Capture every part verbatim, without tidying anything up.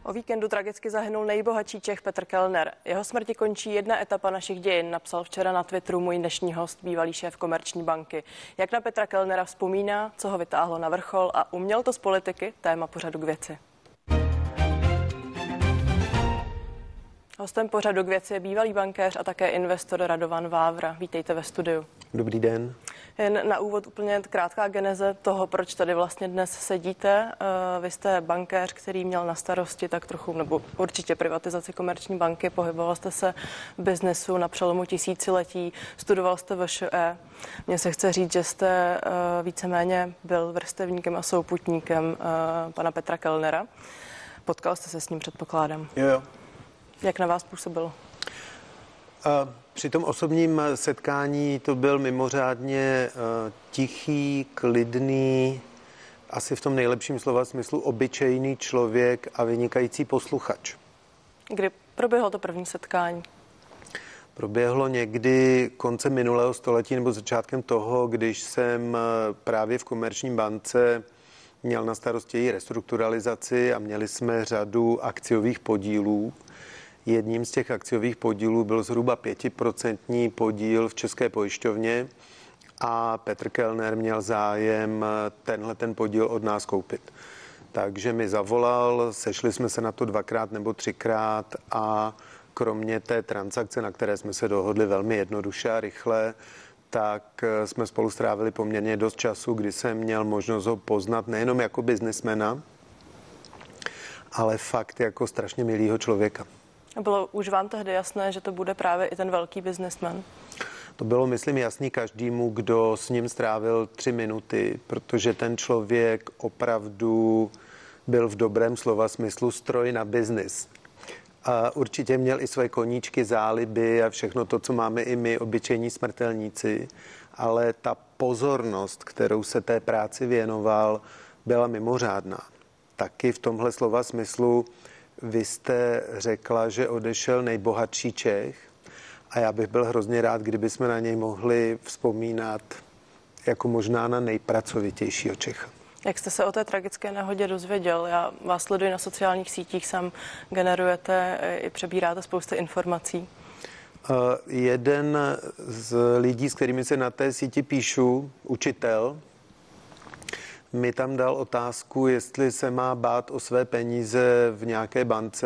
O víkendu tragicky zahynul nejbohatší Čech Petr Kellner. Jeho smrti končí jedna etapa našich dějin, napsal včera na Twitteru můj dnešní host, bývalý šéf Komerční banky. Jak na Petra Kellnera vzpomíná, co ho vytáhlo na vrchol a uměl to z politiky, téma pořadu K věci. Hostem pořadu K věci je bývalý bankéř a také investor Radovan Vávra. Vítejte ve studiu. Dobrý den. Jen na úvod úplně krátká geneze toho, proč tady vlastně dnes sedíte. Vy jste bankéř, který měl na starosti tak trochu, nebo určitě privatizaci Komerční banky, pohyboval jste se v biznesu na přelomu tisíciletí, studoval jste V Š E. Mně se chce říct, že jste víceméně byl vrstevníkem a souputníkem pana Petra Kellnera. Potkal jste se s ním, předpokládám. Jo, jo. Jak na vás působilo? Při tom osobním setkání to byl mimořádně tichý, klidný, asi v tom nejlepším slova smyslu obyčejný člověk a vynikající posluchač. Kdy proběhlo to první setkání? Proběhlo někdy koncem minulého století nebo začátkem toho, když jsem právě v Komerční bance měl na starosti její restrukturalizaci a měli jsme řadu akciových podílů. Jedním z těch akciových podílů byl zhruba pětiprocentní podíl v České pojišťovně a Petr Kellner měl zájem tenhle ten podíl od nás koupit. Takže mi zavolal, sešli jsme se na to dvakrát nebo třikrát a kromě té transakce, na které jsme se dohodli velmi jednoduše a rychle, tak jsme spolu strávili poměrně dost času, kdy jsem měl možnost ho poznat nejenom jako biznismena, ale fakt jako strašně milýho člověka. A bylo už vám tehdy jasné, že to bude právě i ten velký biznesmen? To bylo, myslím, jasný každému, kdo s ním strávil tři minuty, protože ten člověk opravdu byl v dobrém slova smyslu stroj na biznis. A určitě měl i své koníčky, záliby a všechno to, co máme i my, obyčejní smrtelníci, ale ta pozornost, kterou se té práci věnoval, byla mimořádná. Taky v tomhle slova smyslu vy jste řekla, že odešel nejbohatší Čech a já bych byl hrozně rád, kdyby jsme na něj mohli vzpomínat jako možná na nejpracovitějšího Čecha. Jak jste se o té tragické nehodě dozvěděl? Já vás sleduji na sociálních sítích, sám generujete i přebíráte spoustu informací. Uh, jeden z lidí, s kterými se na té síti píšu, učitel, mi tam dal otázku, jestli se má bát o své peníze v nějaké bance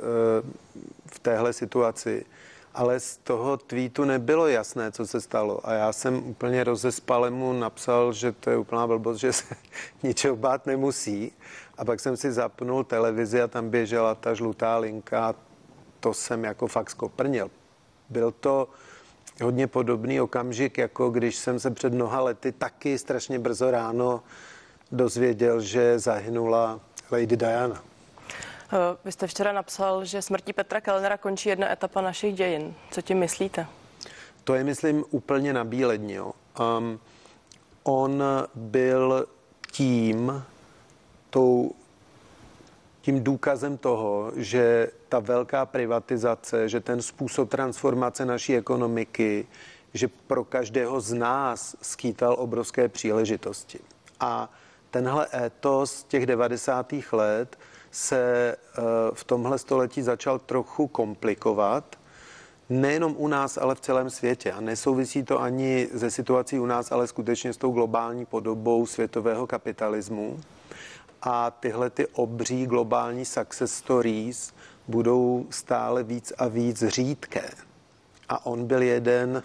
v téhle situaci. Ale z toho tweetu nebylo jasné, co se stalo. A já jsem úplně rozespale mu napsal, že to je úplná blbost, že se ničeho bát nemusí. A pak jsem si zapnul televizi a tam běžela ta žlutá linka. To jsem jako fakt skoprnil. Byl to hodně podobný okamžik, jako když jsem se před mnoha lety taky strašně brzo ráno dozvěděl, že zahynula Lady Diana. Vy jste včera napsal, že smrtí Petra Kellnera končí jedna etapa našich dějin. Co tím myslíte? To je, myslím, úplně nabíledni. Jo. Um, on byl tím, tou, tím důkazem toho, že ta velká privatizace, že ten způsob transformace naší ekonomiky, že pro každého z nás skýtal obrovské příležitosti. A tenhle étos těch devadesátých let se v tomhle století začal trochu komplikovat. Nejenom u nás, ale v celém světě. A nesouvisí to ani ze situací u nás, ale skutečně s tou globální podobou světového kapitalismu. A tyhle ty obří globální success stories budou stále víc a víc řídké. A on byl jeden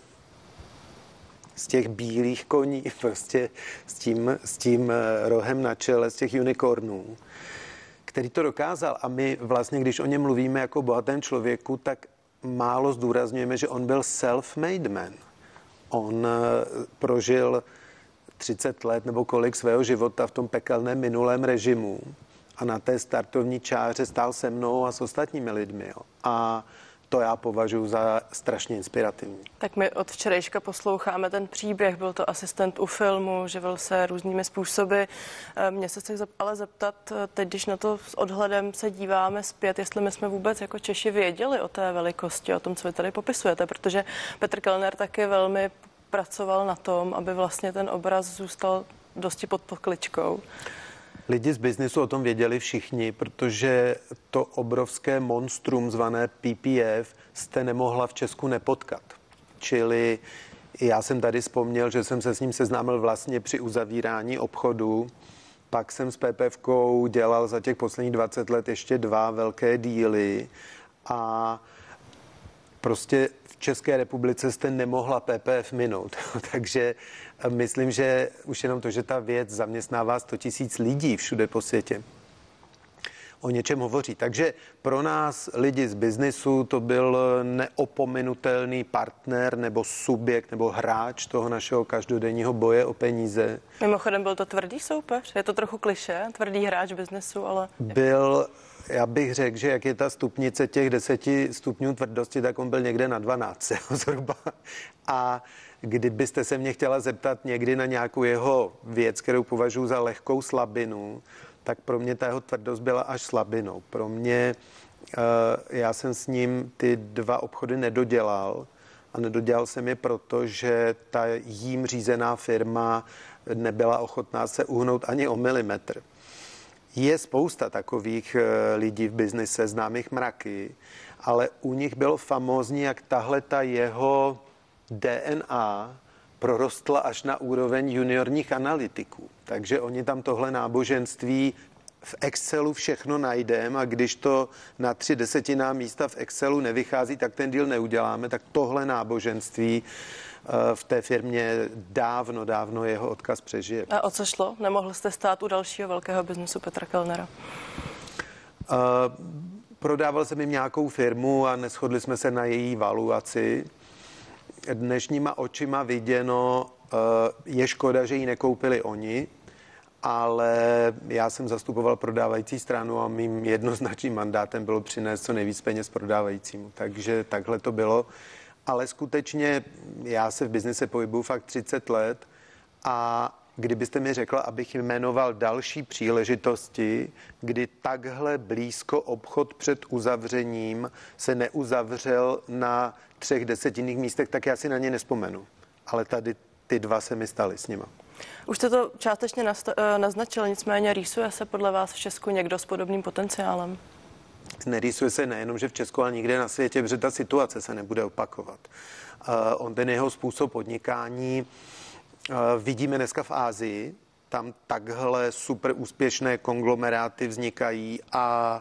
z těch bílých koní, prostě s tím, s tím rohem na čele, z těch unicornů, který to dokázal. A my vlastně, když o něm mluvíme jako o bohatém člověku, tak málo zdůrazňujeme, že on byl self-made man. On prožil třicet let nebo kolik svého života v tom pekelném minulém režimu a na té startovní čáře stál se mnou a s ostatními lidmi. Jo. A to já považuji za strašně inspirativní. Tak my od včerejška posloucháme ten příběh, byl to asistent u filmu, živil se různými způsoby. Mně se chce ale zeptat, teď když na to s odhledem se díváme zpět, jestli my jsme vůbec jako Češi věděli o té velikosti, o tom, co vy tady popisujete, protože Petr Kellner taky velmi pracoval na tom, aby vlastně ten obraz zůstal dosti pod pokličkou. Lidi z biznisu o tom věděli všichni, protože to obrovské monstrum zvané P P F jste nemohla v Česku nepotkat. Čili já jsem tady vzpomněl, že jsem se s ním seznámil vlastně při uzavírání obchodu. Pak jsem s PPFkou dělal za těch posledních dvacet let ještě dva velké díly a prostě v České republice jste nemohla P P F minout. Takže myslím, že už jenom to, že ta věc zaměstnává sto tisíc lidí všude po světě, o něčem hovoří. Takže pro nás lidi z biznisu to byl neopominutelný partner nebo subjekt nebo hráč toho našeho každodenního boje o peníze. Mimochodem byl to tvrdý soupeř? Je to trochu klišé, tvrdý hráč biznesu, ale... Byl, já bych řekl, že jak je ta stupnice těch deseti stupňů tvrdosti, tak on byl někde na dvanáct zhruba. A kdybyste se mě chtěla zeptat někdy na nějakou jeho věc, kterou považuji za lehkou slabinu, tak pro mě ta jeho tvrdost byla až slabinou. Pro mě, já jsem s ním ty dva obchody nedodělal a nedodělal jsem je proto, že ta jím řízená firma nebyla ochotná se uhnout ani o milimetr. Je spousta takových lidí v biznise, známých mraky, ale u nich bylo famózní, jak tahle ta jeho D N A prorostla až na úroveň juniorních analytiků. Takže oni tam tohle náboženství v Excelu všechno najdeme a když to na tři desetiná místa v Excelu nevychází, tak ten deal neuděláme. Tak tohle náboženství v té firmě dávno, dávno jeho odkaz přežije. A o co šlo? Nemohl jste stát u dalšího velkého biznesu Petra Kellnera? Uh, prodával jsem jim nějakou firmu a neshodli jsme se na její valuaci. Dnešníma očima viděno, je škoda, že ji nekoupili oni, ale já jsem zastupoval prodávající stranu a mým jednoznačným mandátem bylo přinést co nejvíc peněz prodávajícímu. Takže takhle to bylo. Ale skutečně já se v biznise pohybuju fakt třicet let a kdybyste mi řekla, abych jmenoval další příležitosti, kdy takhle blízko obchod před uzavřením se neuzavřel na třech desetinných místech, tak já si na ně nespomenu. Ale tady ty dva se mi staly s nima. Už jste to částečně naznačil, nicméně rýsuje se podle vás v Česku někdo s podobným potenciálem? Nerýsuje se nejenom, že v Česku, ale nikde na světě, protože ta situace se nebude opakovat. Uh, on ten jeho způsob podnikání uh, vidíme dneska v Asii. Tam takhle super úspěšné konglomeráty vznikají a,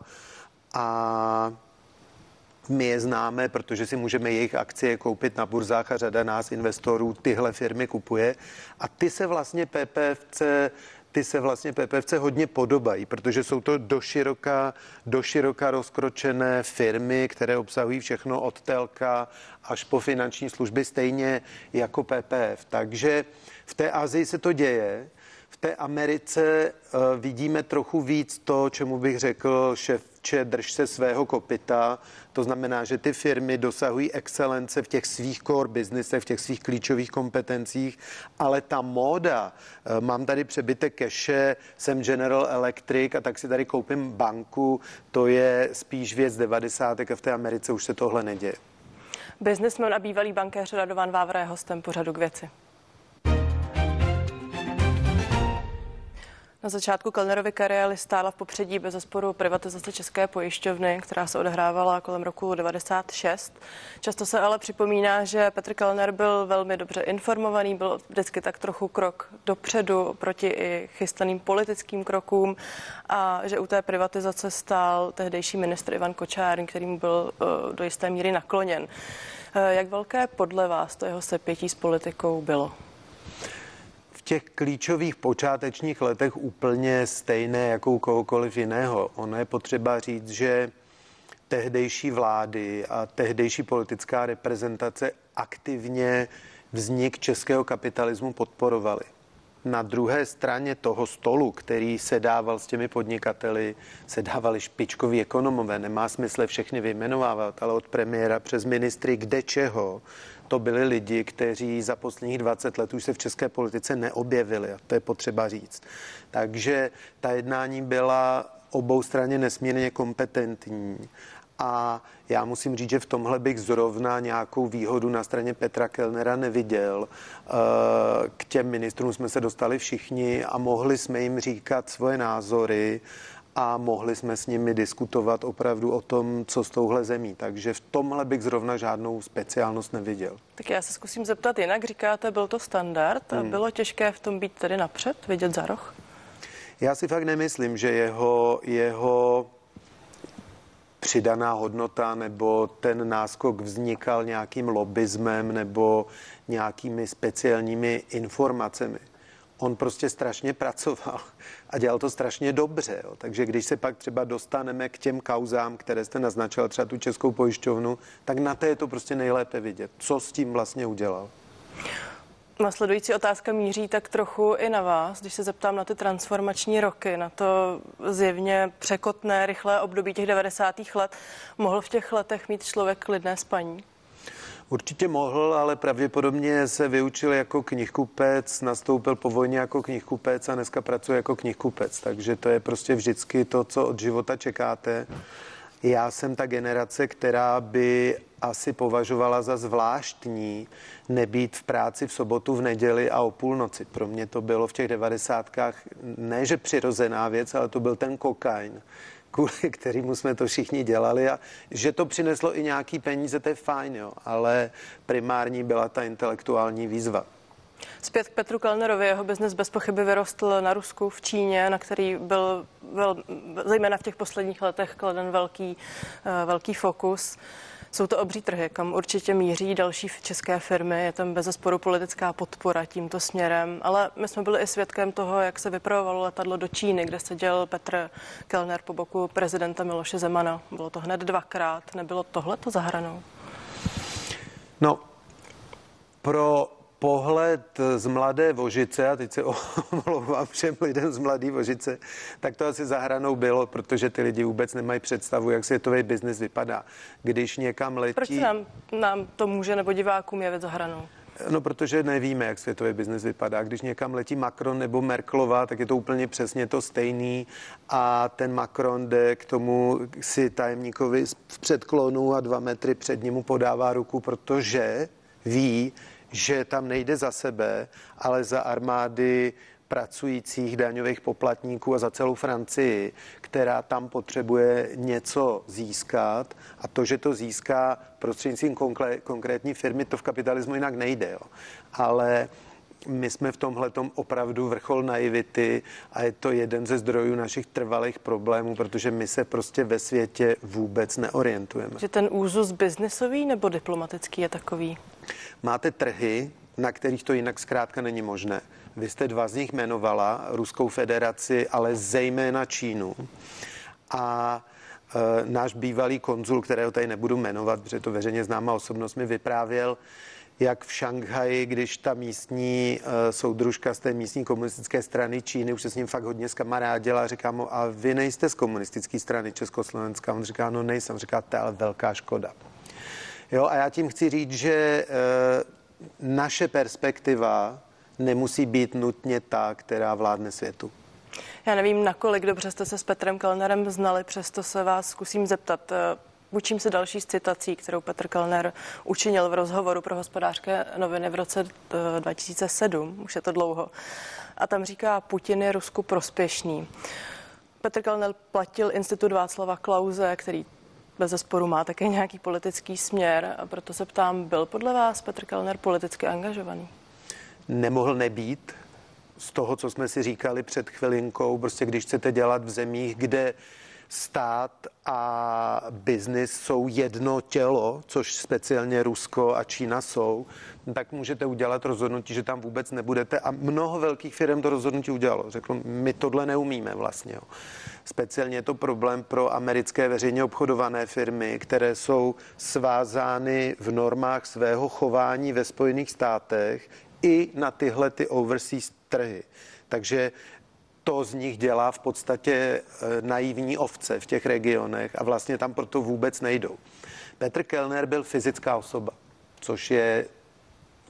a my je známe, protože si můžeme jejich akcie koupit na burzách a řada nás investorů tyhle firmy kupuje. A ty se vlastně P P F C ty se vlastně P P F C hodně podobají, protože jsou to doširoka, doširoka rozkročené firmy, které obsahují všechno od telka až po finanční služby, stejně jako P P F. Takže v té Asii se to děje. V té Americe uh, vidíme trochu víc to, čemu bych řekl, ševče, drž se svého kopyta. To znamená, že ty firmy dosahují excelence v těch svých core businessech, v těch svých klíčových kompetencích, ale ta móda, uh, mám tady přebytek keše, jsem General Electric a tak si tady koupím banku, to je spíš věc devadesátek a v té Americe už se tohle neděje. Businessman a bývalý bankéř Radovan Vávra je hostem pořadu K věci. Na začátku Kellnerovy kariéry stála v popředí bezesporu privatizace České pojišťovny, která se odehrávala kolem roku devadesát šest. Často se ale připomíná, že Petr Kellner byl velmi dobře informovaný, byl vždycky tak trochu krok dopředu proti i chystaným politickým krokům a že u té privatizace stál tehdejší ministr Ivan Kočár, který mu byl uh, do jisté míry nakloněn. Uh, jak velké podle vás to jeho sepětí s politikou bylo? V těch klíčových počátečních letech úplně stejné jako u kohokoliv jiného. Ono je potřeba říct, že tehdejší vlády a tehdejší politická reprezentace aktivně vznik českého kapitalismu podporovaly. Na druhé straně toho stolu, který se dával s těmi podnikateli, se dávali špičkoví ekonomové. Nemá smysl všechny vyjmenovávat, ale od premiéra přes ministry kde čeho. To byli lidi, kteří za posledních dvacet let už se v české politice neobjevili a to je potřeba říct. Takže ta jednání byla obou straně nesmírně kompetentní A já musím říct, že v tomhle bych zrovna nějakou výhodu na straně Petra Kellnera neviděl. K těm ministrům jsme se dostali všichni a mohli jsme jim říkat svoje názory a mohli jsme s nimi diskutovat opravdu o tom, co s touhle zemí. Takže v tomhle bych zrovna žádnou speciálnost neviděl. Tak já se zkusím zeptat jinak. Říkáte, byl to standard. Hmm. Bylo těžké v tom být tedy napřed, vidět za roh? Já si fakt nemyslím, že jeho, jeho přidaná hodnota nebo ten náskok vznikal nějakým lobbyzmem nebo nějakými speciálními informacemi. On prostě strašně pracoval a dělal to strašně dobře. Jo. Takže když se pak třeba dostaneme k těm kauzám, které jste naznačil, třeba tu Českou pojišťovnu, tak na té je to prostě nejlépe vidět, co s tím vlastně udělal. Následující otázka míří tak trochu i na vás, když se zeptám na ty transformační roky, na to zjevně překotné, rychlé období těch devadesátých let. Mohl v těch letech mít člověk klidné spaní? Určitě mohl, ale pravděpodobně se vyučil jako knihkupec, nastoupil po vojně jako knihkupec a dneska pracuje jako knihkupec. Takže to je prostě vždycky to, co od života čekáte. Já jsem ta generace, která by asi považovala za zvláštní nebýt v práci v sobotu, v neděli a o půlnoci. Pro mě to bylo v těch devadesátkách ne, že přirozená věc, ale to byl ten kokain, kvůli kterému jsme to všichni dělali a že to přineslo i nějaký peníze, to je fajn, jo, ale primární byla ta intelektuální výzva. Zpět k Petru Kellnerovi, jeho biznes bez pochyby vyrostl na Rusku, v Číně, na který byl, byl zejména v těch posledních letech kladen velký, velký fokus. Jsou to obří trhy, kam určitě míří další české firmy, je tam bezesporu politická podpora tímto směrem, ale my jsme byli i svědkem toho, jak se vypravovalo letadlo do Číny, kde seděl Petr Kellner po boku prezidenta Miloše Zemana. Bylo to hned dvakrát, nebylo tohleto za hranou? No, pro pohled z Mladé Vožice, a teď se omlouvám všem lidem z Mladé Vožice, tak to asi za hranou bylo, protože ty lidi vůbec nemají představu, jak světový biznis vypadá. Když někam letí... Proč nám, nám to může nebo divákům jevit za hranou? No, protože nevíme, jak světový biznis vypadá. Když někam letí Macron nebo Merkelová, tak je to úplně přesně to stejný a ten Macron jde k tomu si tajemníkovi v předklonu a dva metry před ním podává ruku, protože ví, že tam nejde za sebe, ale za armády pracujících daňových poplatníků a za celou Francii, která tam potřebuje něco získat a to, že to získá prostřednictvím konkrétní firmy, to v kapitalismu jinak nejde. Jo. Ale my jsme v tomhletom opravdu vrchol naivity a je to jeden ze zdrojů našich trvalých problémů, protože my se prostě ve světě vůbec neorientujeme. Že ten úzus biznisový nebo diplomatický je takový? Máte trhy, na kterých to jinak zkrátka není možné. Vy jste dva z nich jmenovala, Ruskou federaci, ale zejména Čínu. A e, náš bývalý konzul, kterého tady nebudu jmenovat, protože to veřejně známá osobnost, mi vyprávěl, jak v Šanghaji, když ta místní e, soudružka z té místní komunistické strany Číny už se s ním fakt hodně zkamarádila a říká mu, a vy nejste z komunistické strany Československa? On říká, no nejsem. Říká, to je ale velká škoda. Jo, a já tím chci říct, že e, naše perspektiva nemusí být nutně ta, která vládne světu. Já nevím, nakolik dobře jste se s Petrem Kellnerem znali, přesto se vás zkusím zeptat. Učím se další z citací, kterou Petr Kellner učinil v rozhovoru pro Hospodářské noviny v roce dva tisíce sedm, už je to dlouho. A tam říká, Putin je Rusku prospěšný. Petr Kellner platil Institut Václava Klause, který bezesporu má také nějaký politický směr, a proto se ptám, byl podle vás Petr Kellner politicky angažovaný? Nemohl nebýt. Z toho, co jsme si říkali před chvilinkou, prostě když chcete dělat v zemích, kde stát a biznis jsou jedno tělo, což speciálně Rusko a Čína jsou, tak můžete udělat rozhodnutí, že tam vůbec nebudete. A mnoho velkých firm to rozhodnutí udělalo. Řeklo, my tohle neumíme vlastně. Jo. Speciálně je to problém pro americké veřejně obchodované firmy, které jsou svázány v normách svého chování ve Spojených státech i na tyhle ty overseas trhy. Takže to z nich dělá v podstatě naivní ovce v těch regionech a vlastně tam proto vůbec nejdou. Petr Kellner byl fyzická osoba, což je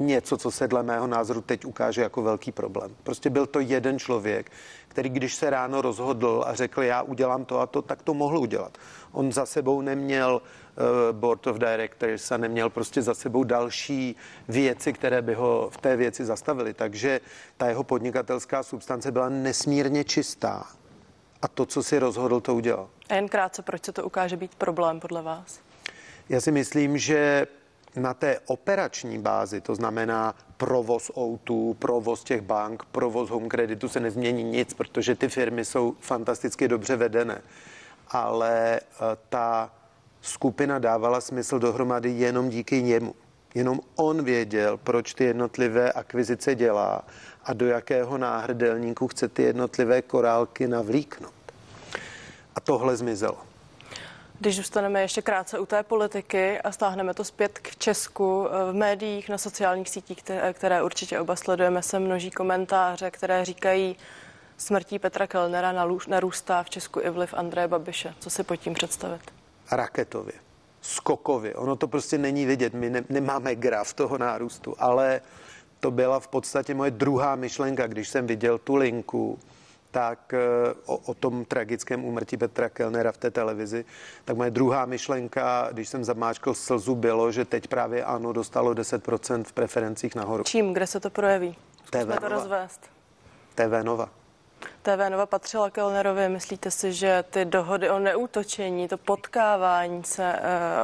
něco, co se dle mého názoru teď ukáže jako velký problém. Prostě byl to jeden člověk, který když se ráno rozhodl a řekl, já udělám to a to, tak to mohl udělat. On za sebou neměl uh, board of directors a neměl prostě za sebou další věci, které by ho v té věci zastavily. Takže ta jeho podnikatelská substance byla nesmírně čistá. A to, co si rozhodl, to udělal. A jen krátce, proč se to ukáže být problém podle vás? Já si myslím, že na té operační bázi, to znamená provoz ó dva, provoz těch bank, provoz Home Creditu, se nezmění nic, protože ty firmy jsou fantasticky dobře vedené. Ale ta skupina dávala smysl dohromady jenom díky němu. Jenom on věděl, proč ty jednotlivé akvizice dělá a do jakého náhrdelníku chce ty jednotlivé korálky navlíknout. A tohle zmizelo. Když zůstaneme ještě krátce u té politiky a stáhneme to zpět k Česku, v médiích, na sociálních sítích, které, které určitě oba sledujeme, se množí komentáře, které říkají, smrtí Petra Kellnera narůstá v Česku i vliv Andreje Babiše. Co si pod tím představit? Raketově, skokově. Ono to prostě není vidět. My ne, nemáme graf toho nárůstu, ale to byla v podstatě moje druhá myšlenka, když jsem viděl tu linku, tak o, o tom tragickém úmrtí Petra Kellnera v té televizi, tak moje druhá myšlenka, když jsem zamáčkal slzu, bylo, že teď právě ANO dostalo deset procent v preferencích nahoru. Čím? Kde se to projeví? Zkusme to rozvést. T V Nova. T V Nova patřila Kellnerovi. Myslíte si, že ty dohody o neútočení, to potkávání se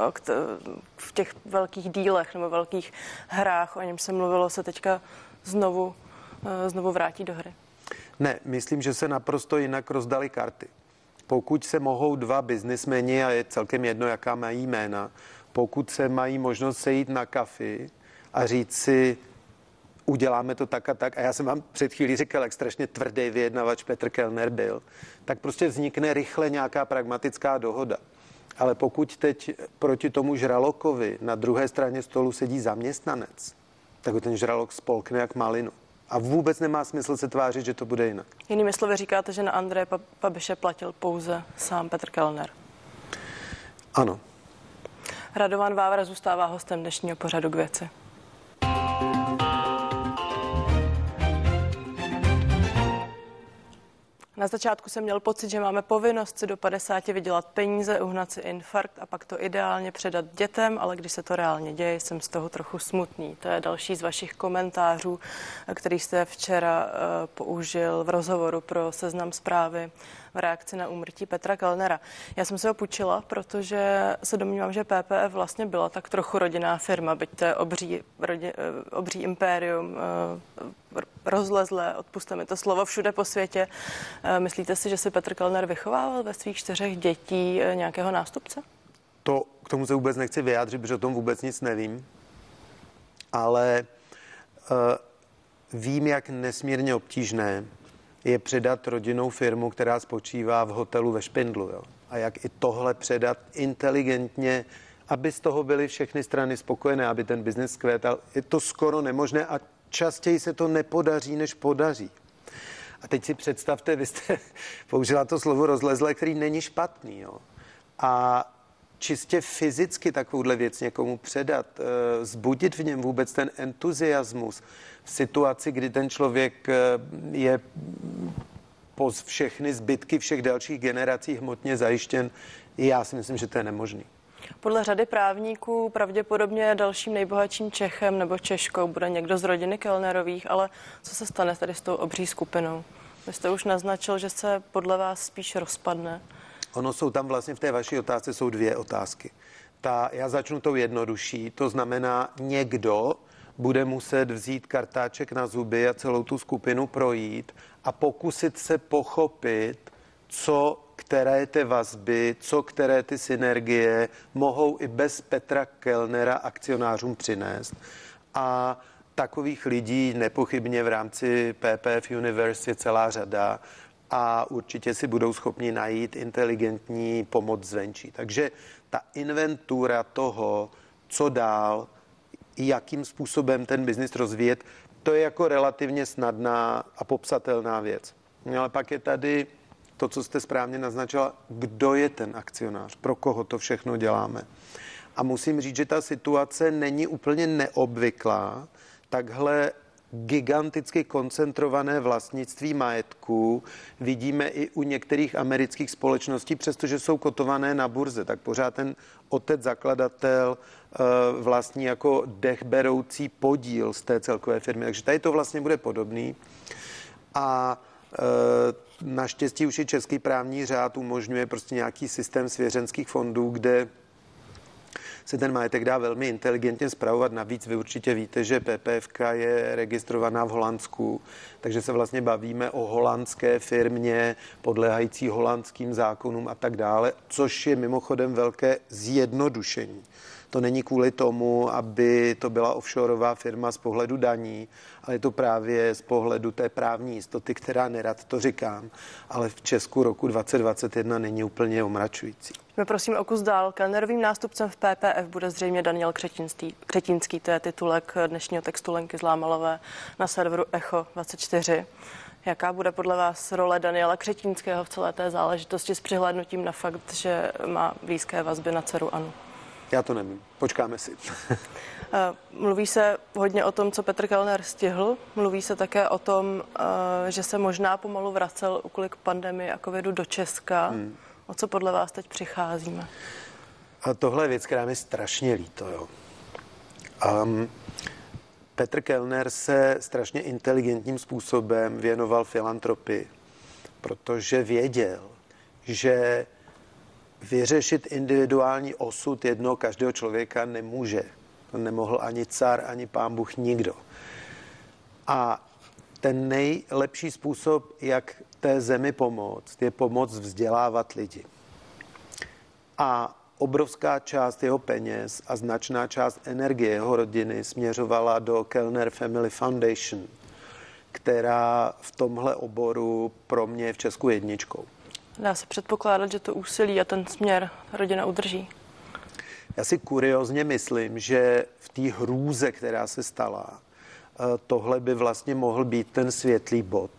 v těch velkých dílech nebo velkých hrách, o něm se mluvilo, se teďka znovu, znovu vrátí do hry? Ne, myslím, že se naprosto jinak rozdali karty. Pokud se mohou dva biznismeni, a je celkem jedno, jaká mají jména, pokud se mají možnost sejít na kafi a říct si, uděláme to tak a tak, a já jsem vám před chvílí říkal, jak strašně tvrdý vyjednavač Petr Kellner byl, tak prostě vznikne rychle nějaká pragmatická dohoda. Ale pokud teď proti tomu žralokovi na druhé straně stolu sedí zaměstnanec, tak ho ten žralok spolkne jak malinu. A vůbec nemá smysl se tvářit, že to bude jinak. Jinými slovy říkáte, že na Andreje Babiše platil pouze sám Petr Kellner. Ano. Radovan Vávra zůstává hostem dnešního pořadu K věci. Na začátku jsem měl pocit, že máme povinnost si do padesáti vydělat peníze, uhnat si infarkt a pak to ideálně předat dětem, ale když se to reálně děje, jsem z toho trochu smutný. To je další z vašich komentářů, který jste včera uh, použil v rozhovoru pro Seznam Zprávy v reakci na úmrtí Petra Kellnera. Já jsem se ho půjčila, protože se domnívám, že P P F vlastně byla tak trochu rodinná firma, byť to je obří, rodin, obří impérium, rozlezlé, odpuste mi to slovo, všude po světě. Myslíte si, že si Petr Kellner vychovával ve svých čtyřech dětí nějakého nástupce? To k tomu se vůbec nechci vyjádřit, protože o tom vůbec nic nevím. Ale uh, vím, jak nesmírně obtížné je předat rodinnou firmu, která spočívá v hotelu ve Špindlu. Jo? A jak i tohle předat inteligentně, aby z toho byly všechny strany spokojené, aby ten biznes kvétal. Je to skoro nemožné a častěji se to nepodaří, než podaří. A teď si představte, vy jste použila to slovo rozlezlé, který není špatný. Jo? A čistě fyzicky takovouhle věc někomu předat, zbudit v něm vůbec ten entuziasmus v situaci, kdy ten člověk je po všechny zbytky všech dalších generací hmotně zajištěn, já si myslím, že to je nemožný. Podle řady právníků pravděpodobně dalším nejbohatším Čechem nebo Češkou bude někdo z rodiny Kellnerových, ale co se stane tady s tou obří skupinou? Vy jste už naznačil, že se podle vás spíš rozpadne. Ono jsou tam vlastně v té vaší otázce jsou dvě otázky. Ta, já začnu tou jednodušší, to znamená někdo bude muset vzít kartáček na zuby a celou tu skupinu projít a pokusit se pochopit, co které ty vazby, co které ty synergie mohou i bez Petra Kellnera akcionářům přinést. A takových lidí nepochybně v rámci P P F Universe je celá řada a určitě si budou schopni najít inteligentní pomoc zvenčí. Takže ta inventura toho, co dál, jakým způsobem ten biznis rozvíjet, to je jako relativně snadná a popsatelná věc. Ale pak je tady to, co jste správně naznačila, kdo je ten akcionář, pro koho to všechno děláme. A musím říct, že ta situace není úplně neobvyklá, takhle giganticky koncentrované vlastnictví majetku vidíme i u některých amerických společností, přestože jsou kotované na burze, tak pořád ten otec zakladatel vlastní jako dechberoucí podíl z té celkové firmy. Takže tady to vlastně bude podobný. A naštěstí už i český právní řád umožňuje prostě nějaký systém svěřenských fondů, kde se ten majetek dá velmi inteligentně spravovat. Navíc vy určitě víte, že P P F K je registrovaná v Holandsku, takže se vlastně bavíme o holandské firmě, podléhající holandským zákonům a tak dále, což je mimochodem velké zjednodušení. To není kvůli tomu, aby to byla offshoreová firma z pohledu daní, ale je to právě z pohledu té právní jistoty, která nerad to říkám, ale v Česku roku dvacet dvacet jedna není úplně omračující. My prosím o kus dál. Kellnerovým nástupcem v P P F bude zřejmě Daniel Křetínský. Křetínský, to je titulek dnešního textu Lenky Zlámalové na serveru Echo dvacet čtyři. Jaká bude podle vás role Daniela Křetínského v celé té záležitosti s přihlédnutím na fakt, že má blízké vazby na dceru Anu? Já to nevím. Počkáme si. Mluví se hodně o tom, co Petr Kellner stihl. Mluví se také o tom, že se možná pomalu vracel kvůli pandemii a covidu do Česka. Hmm. O co podle vás teď přicházíme? A tohle je věc, která mi strašně líto. Jo. Um, Petr Kellner se strašně inteligentním způsobem věnoval filantropii, protože věděl, že vyřešit individuální osud jednoho každého člověka nemůže. To nemohl ani car, ani pán Bůh, nikdo. A ten nejlepší způsob, jak té zemi pomoct, je pomoct vzdělávat lidi. A obrovská část jeho peněz a značná část energie jeho rodiny směřovala do Kellner Family Foundation, která v tomhle oboru pro mě je v Česku jedničkou. Dá se předpokládat, že to úsilí a ten směr rodina udrží? Já si kuriózně myslím, že v té hrůze, která se stala, tohle by vlastně mohl být ten světlý bod.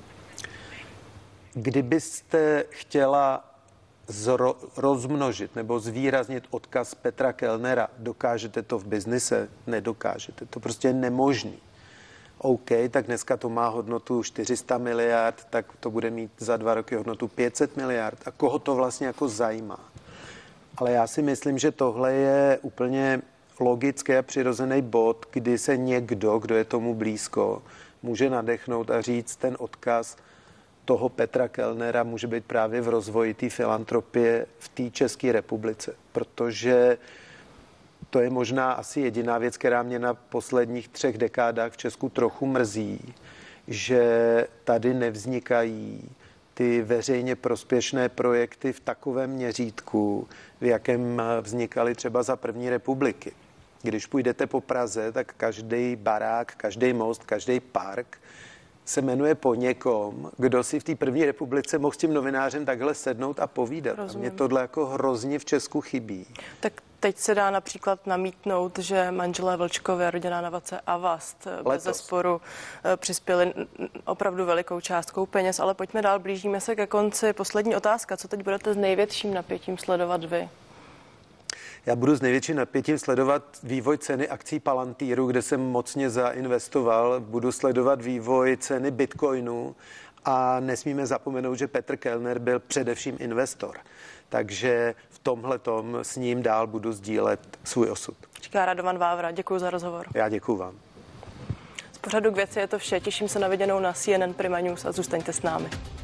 Kdybyste chtěla zro- rozmnožit nebo zvýraznit odkaz Petra Kellnera, dokážete to v biznise? Nedokážete. To prostě je nemožný. OK, tak dneska to má hodnotu čtyři sta miliard, tak to bude mít za dva roky hodnotu pět set miliard. A koho to vlastně jako zajímá? Ale já si myslím, že tohle je úplně logický a přirozený bod, kdy se někdo, kdo je tomu blízko, může nadechnout a říct, ten odkaz toho Petra Kellnera může být právě v rozvoji té filantropie v té České republice, protože to je možná asi jediná věc, která mě na posledních třech dekádách v Česku trochu mrzí, že tady nevznikají ty veřejně prospěšné projekty v takovém měřítku, v jakém vznikaly třeba za první republiky. Když půjdete po Praze, tak každý barák, každý most, každý park se jmenuje po někom, kdo si v té první republice mohl s tím novinářem takhle sednout a povídat. Rozumím. A mě tohle jako hrozně v Česku chybí. Tak teď se dá například namítnout, že manželé Vlčkovi a rodina Navace a Vast bezesporu přispěli opravdu velikou částkou peněz, ale pojďme dál, blížíme se ke konci. Poslední otázka, co teď budete s největším napětím sledovat vy? Já budu s největším napětím sledovat vývoj ceny akcí Palantíru, kde jsem mocně zainvestoval. Budu sledovat vývoj ceny bitcoinu a nesmíme zapomenout, že Petr Kellner byl především investor. Takže v tomhletom s ním dál budu sdílet svůj osud. Říká Radovan Vávra, děkuji za rozhovor. Já děkuji vám. Z pořadu K věci je to vše, těším se na viděnou na C N N Prima News a zůstaňte s námi.